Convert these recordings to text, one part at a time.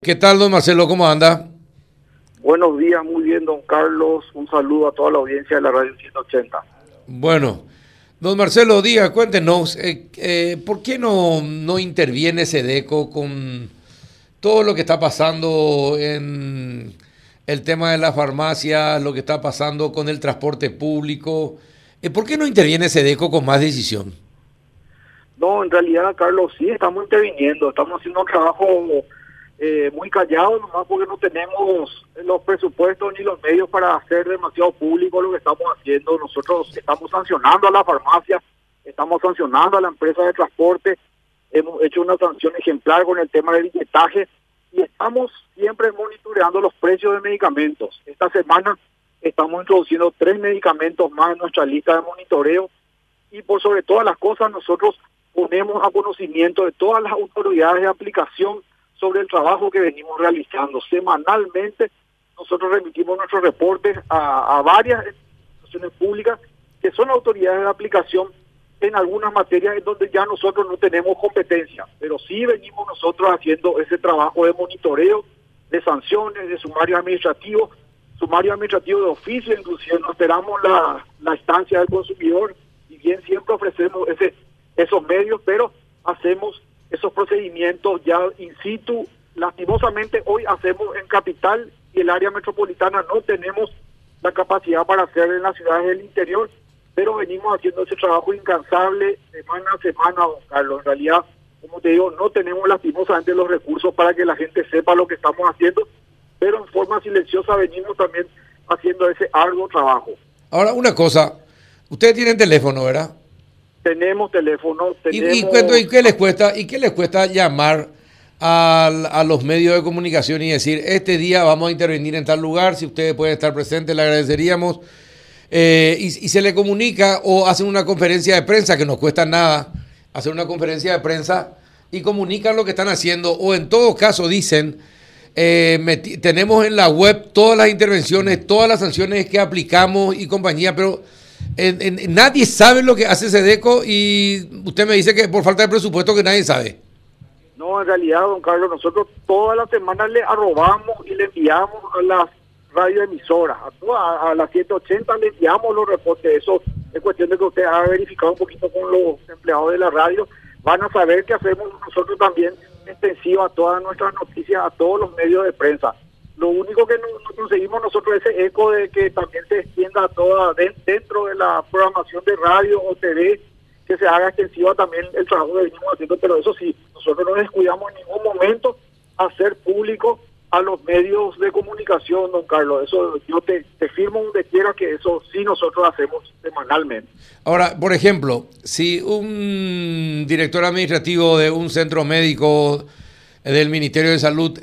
¿Qué tal, don Marcelo? ¿Cómo anda? Buenos días, muy bien, don Carlos. Un saludo a toda la audiencia de la Radio 180. Bueno, don Marcelo, diga, cuéntenos, ¿por qué no interviene Sedeco con todo lo que está pasando en el tema de las farmacias, lo que está pasando con el transporte público? ¿Por qué no interviene Sedeco con más decisión? No, en realidad, Carlos, sí estamos interviniendo. Estamos haciendo un trabajo muy callado, nomás porque no tenemos los presupuestos ni los medios para hacer demasiado público lo que estamos haciendo. Nosotros estamos sancionando a la farmacia, estamos sancionando a la empresa de transporte, hemos hecho una sanción ejemplar con el tema del billetaje y estamos siempre monitoreando los precios de medicamentos. Esta semana estamos introduciendo 3 medicamentos más en nuestra lista de monitoreo y por sobre todas las cosas nosotros ponemos a conocimiento de todas las autoridades de aplicación sobre el trabajo que venimos realizando. Semanalmente nosotros remitimos nuestros reportes a varias instituciones públicas que son autoridades de aplicación en algunas materias en donde ya nosotros no tenemos competencia, pero sí venimos nosotros haciendo ese trabajo de monitoreo, de sanciones, de sumario administrativo de oficio, inclusive no esperamos la instancia del consumidor, y bien siempre ofrecemos esos medios, pero hacemos esos procedimientos ya in situ. Lastimosamente hoy hacemos en capital y el área metropolitana no tenemos la capacidad para hacer en las ciudades del interior, pero venimos haciendo ese trabajo incansable semana a semana, don Carlos. En realidad, como te digo, no tenemos lastimosamente los recursos para que la gente sepa lo que estamos haciendo, pero en forma silenciosa venimos también haciendo ese arduo trabajo. Ahora, una cosa, ustedes tienen teléfono, ¿verdad? Tenemos teléfono, tenemos... ¿Y qué les cuesta llamar a los medios de comunicación y decir, este día vamos a intervenir en tal lugar, si ustedes pueden estar presentes, le agradeceríamos? Y se le comunica o hacen una conferencia de prensa, que no cuesta nada, hacer una conferencia de prensa y comunican lo que están haciendo, o en todo caso dicen, tenemos en la web todas las intervenciones, todas las sanciones que aplicamos y compañía, pero... nadie sabe lo que hace Sedeco y usted me dice que por falta de presupuesto que nadie sabe. No, en realidad, don Carlos, nosotros todas las semanas le arrobamos y le enviamos a las radioemisoras, a las 180 le enviamos los reportes. Eso es cuestión de que usted ha verificado un poquito con los empleados de la radio, van a saber que hacemos nosotros también extensivo a todas nuestras noticias, a todos los medios de prensa. Lo único que no conseguimos nosotros es ese eco de que también se extienda toda dentro de la programación de radio o TV, que se haga extensiva también el trabajo que venimos haciendo, pero eso sí, nosotros no descuidamos en ningún momento hacer público a los medios de comunicación, don Carlos. Eso yo te firmo donde quiera que eso sí nosotros hacemos semanalmente. Ahora, por ejemplo, si un director administrativo de un centro médico del Ministerio de Salud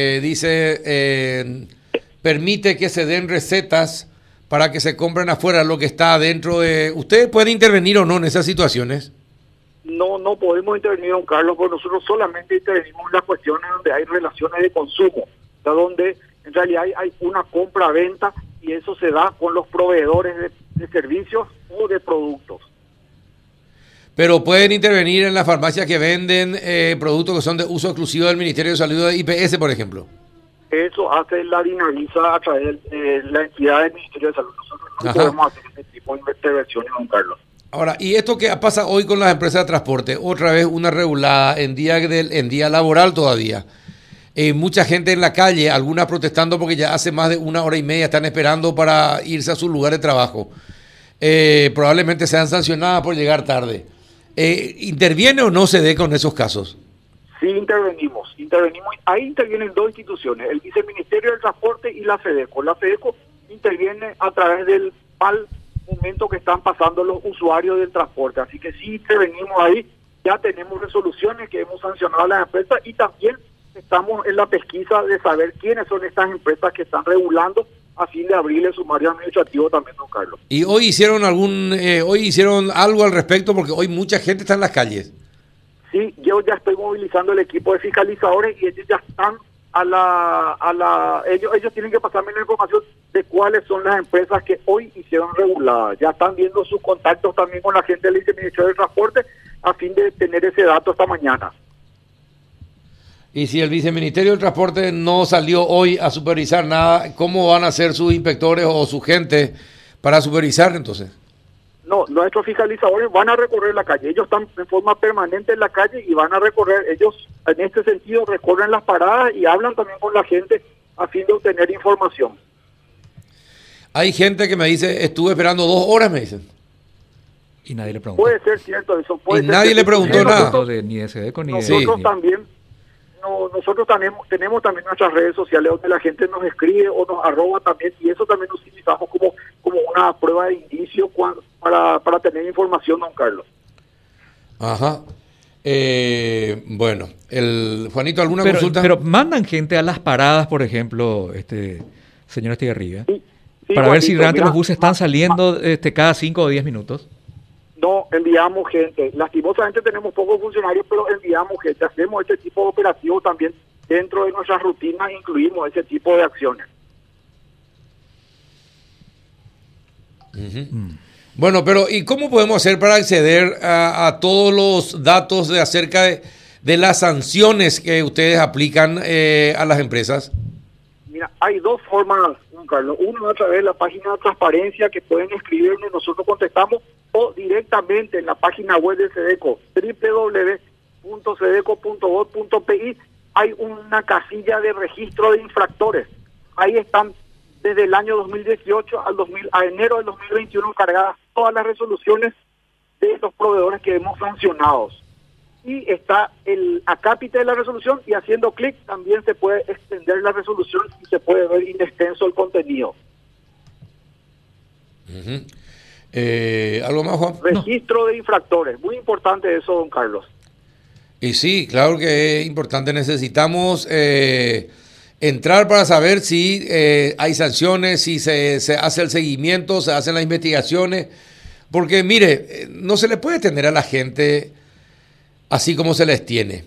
permite que se den recetas para que se compren afuera lo que está dentro de... ¿Ustedes pueden intervenir o no en esas situaciones? No podemos intervenir, don Carlos, porque nosotros solamente intervenimos en las cuestiones donde hay relaciones de consumo, o sea, donde en realidad hay una compra-venta y eso se da con los proveedores de servicios o de productos. Pero pueden intervenir en las farmacias que venden productos que son de uso exclusivo del Ministerio de Salud, de IPS, por ejemplo. Eso hace la Dinavisa a través de la entidad del Ministerio de Salud. Nosotros no podemos hacer ese tipo de intervenciones, don Carlos. Ahora, ¿y esto que pasa hoy con las empresas de transporte? Otra vez una regulada en día laboral todavía. Mucha gente en la calle, algunas protestando porque ya hace más de 1 hora y media están esperando para irse a su lugar de trabajo. Probablemente sean sancionadas por llegar tarde. ¿Interviene o no Sedeco en esos casos? Sí, intervenimos. Ahí intervienen 2 instituciones, el Viceministerio del Transporte y la Sedeco. La Sedeco interviene a través del mal momento que están pasando los usuarios del transporte. Así que sí intervenimos ahí, ya tenemos resoluciones que hemos sancionado a las empresas y también estamos en la pesquisa de saber quiénes son estas empresas que están regulando a fin de abrir el sumario administrativo también, don Carlos. ¿Y hoy hicieron algo al respecto? Porque hoy mucha gente está en las calles. Sí, yo ya estoy movilizando el equipo de fiscalizadores y ellos ya están ellos tienen que pasarme la información de cuáles son las empresas que hoy hicieron reguladas. Ya están viendo sus contactos también con la gente del Ministerio del Transporte a fin de tener ese dato esta mañana. Y si el Viceministerio del Transporte no salió hoy a supervisar nada, ¿cómo van a ser sus inspectores o su gente para supervisar entonces? No, nuestros fiscalizadores van a recorrer la calle. Ellos están en forma permanente en la calle y van a recorrer. Ellos, en este sentido, recorren las paradas y hablan también con la gente a fin de obtener información. Hay gente que me dice, estuve esperando 2 horas, me dicen. Y nadie le preguntó. Puede ser cierto eso. Y nadie le preguntó nada. Ni de SEDECO ni de... Nosotros también, nosotros tenemos también nuestras redes sociales donde la gente nos escribe o nos arroba también, y eso también lo utilizamos como una prueba de indicio para tener información, don Carlos. Ajá. Bueno, Juanito, ¿alguna consulta? Pero mandan gente a las paradas, por ejemplo, señor Estigarribia, sí, para Juanito, ver si realmente mira, los buses están saliendo cada 5 o 10 minutos. No, enviamos gente. Lastimosamente tenemos pocos funcionarios, pero enviamos gente. Hacemos este tipo de operativos también. Dentro de nuestras rutinas incluimos ese tipo de acciones. Bueno, pero ¿y cómo podemos hacer para acceder a todos los datos acerca de las sanciones que ustedes aplican a las empresas? Mira, hay 2 formas, don Carlos. Uno a través de la página de transparencia que pueden escribirnos y nosotros contestamos, o directamente en la página web de SEDECO, www.sedeco.gov.pi. Hay una casilla de registro de infractores. Ahí están desde el año 2018 a enero del 2021 cargadas todas las resoluciones de los proveedores que hemos sancionado. Y está el acápite de la resolución, y haciendo clic también se puede extender la resolución y se puede ver in extenso el contenido. ¿Algo más, Juan? Registro de infractores, muy importante eso, don Carlos. Y sí, claro que es importante. Necesitamos entrar para saber si hay sanciones, si se hace el seguimiento, se hacen las investigaciones. Porque, mire, no se le puede tener a la gente así como se les tiene.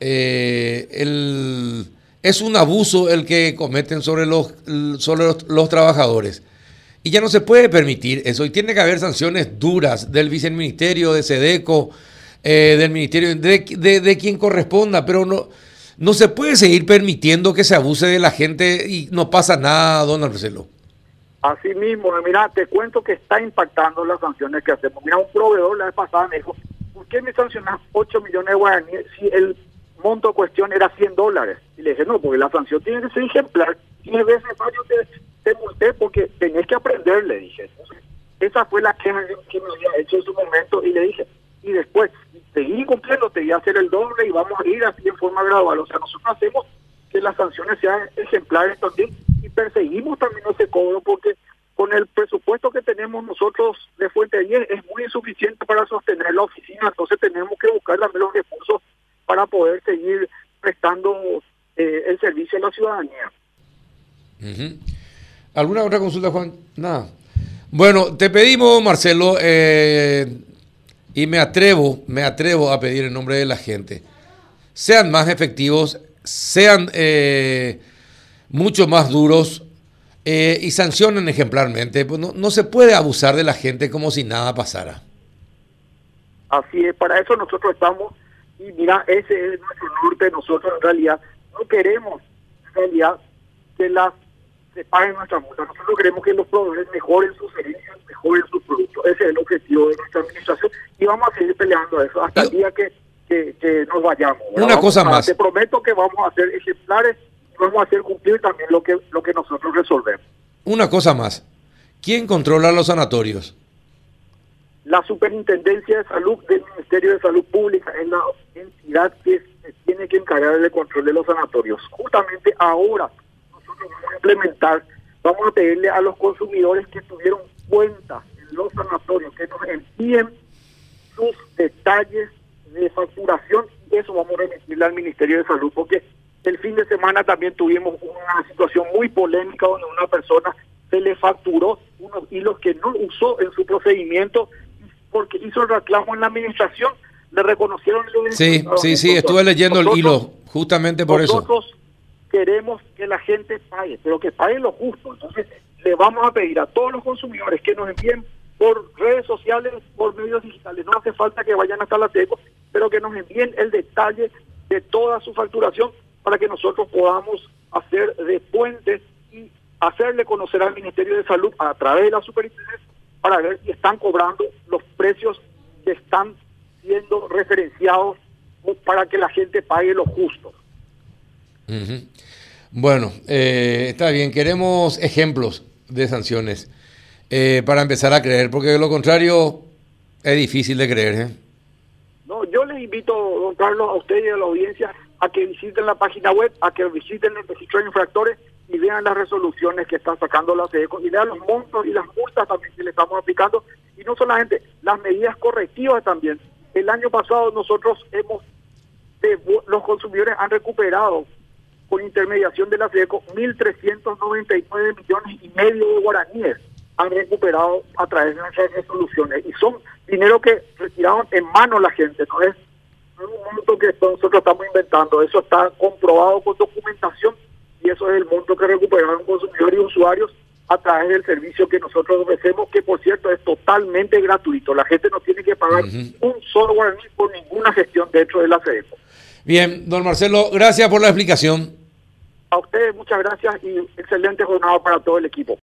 Es un abuso el que cometen sobre los trabajadores. Y ya no se puede permitir eso. Y tiene que haber sanciones duras del viceministerio, de SEDECO, del ministerio, de quien corresponda. Pero no se puede seguir permitiendo que se abuse de la gente y no pasa nada, don Marcelo. Así mismo, mira, te cuento que está impactando las sanciones que hacemos. Mira, un proveedor la vez pasada me dijo, ¿por qué me sancionas 8 millones de guaraníes si el monto en cuestión era $100? Y le dije, no, porque la sanción tiene que ser ejemplar. 10 veces más yo te multé porque tenés que aprender, le dije. Entonces, esa fue la queja que me había hecho en su momento, y le dije, y después, seguí cumpliendo, te voy a hacer el doble y vamos a ir así en forma gradual. O sea, nosotros hacemos que las sanciones sean ejemplares también y perseguimos también ese cobro, porque con el presupuesto que tenemos nosotros de Fuente 10 es muy insuficiente para sostener la oficina. Entonces tenemos que buscar también los recursos para poder seguir prestando el servicio a la ciudadanía. ¿Alguna otra consulta, Juan? Nada. Bueno, te pedimos, Marcelo, y me atrevo a pedir en nombre de la gente, sean más efectivos, sean mucho más duros y sancionen ejemplarmente. Pues no se puede abusar de la gente como si nada pasara. Así es, para eso nosotros estamos, y mira, ese es nuestro norte. Nosotros en realidad no queremos que se paguen nuestras multas. Nosotros queremos que los proveedores mejoren sus servicios, mejoren sus productos. Ese es el objetivo de nuestra administración y vamos a seguir peleando eso hasta el día que nos vayamos. Una cosa más. Te prometo que vamos a ser ejemplares y vamos a hacer cumplir también lo que nosotros resolvemos. Una cosa más. ¿Quién controla los sanatorios? La Superintendencia de Salud del Ministerio de Salud Pública es la entidad que se tiene que encargar del control de los sanatorios. Justamente ahora nosotros vamos a implementar, vamos a pedirle a los consumidores que tuvieron cuentas en los sanatorios que nos envíen sus detalles de facturación, y eso vamos a remitirle al Ministerio de Salud, porque el fin de semana también tuvimos una situación muy polémica donde una persona se le facturó unos hilos que no usó en su procedimiento, porque hizo el reclamo en la administración, le reconocieron el Sí, estuve leyendo el hilo, justamente por eso. Nosotros queremos que la gente pague, pero que pague lo justo. Entonces, le vamos a pedir a todos los consumidores que nos envíen por redes sociales, por medios digitales. No hace falta que vayan hasta la TECO, pero que nos envíen el detalle de toda su facturación para que nosotros podamos hacer de puentes y hacerle conocer al Ministerio de Salud a través de la superintendencia para ver si están cobrando los precios que están siendo referenciados para que la gente pague lo justo. Uh-huh. Bueno, está bien, queremos ejemplos de sanciones para empezar a creer, porque de lo contrario es difícil de creer, ¿eh? No, yo les invito, don Carlos, a usted y a la audiencia a que visiten la página web, a que visiten el registro de infractores y vean las resoluciones que están sacando la SEDECO y vean los montos y las multas también que le estamos aplicando, y no solamente las medidas correctivas también. El año pasado nosotros los consumidores han recuperado con intermediación de la SEDECO 1.399 millones y medio de guaraníes han recuperado a través de nuestras resoluciones, y son dinero que retiraron en mano la gente, no es un monto que nosotros estamos inventando, eso está comprobado con documentación, y eso es el monto que recuperaron consumidores y usuarios a través del servicio que nosotros ofrecemos, que por cierto es totalmente gratuito. La gente no tiene que pagar un solo guaraní por ninguna gestión dentro de la SEDECO. Bien, don Marcelo, gracias por la explicación. A ustedes muchas gracias y excelente jornada para todo el equipo.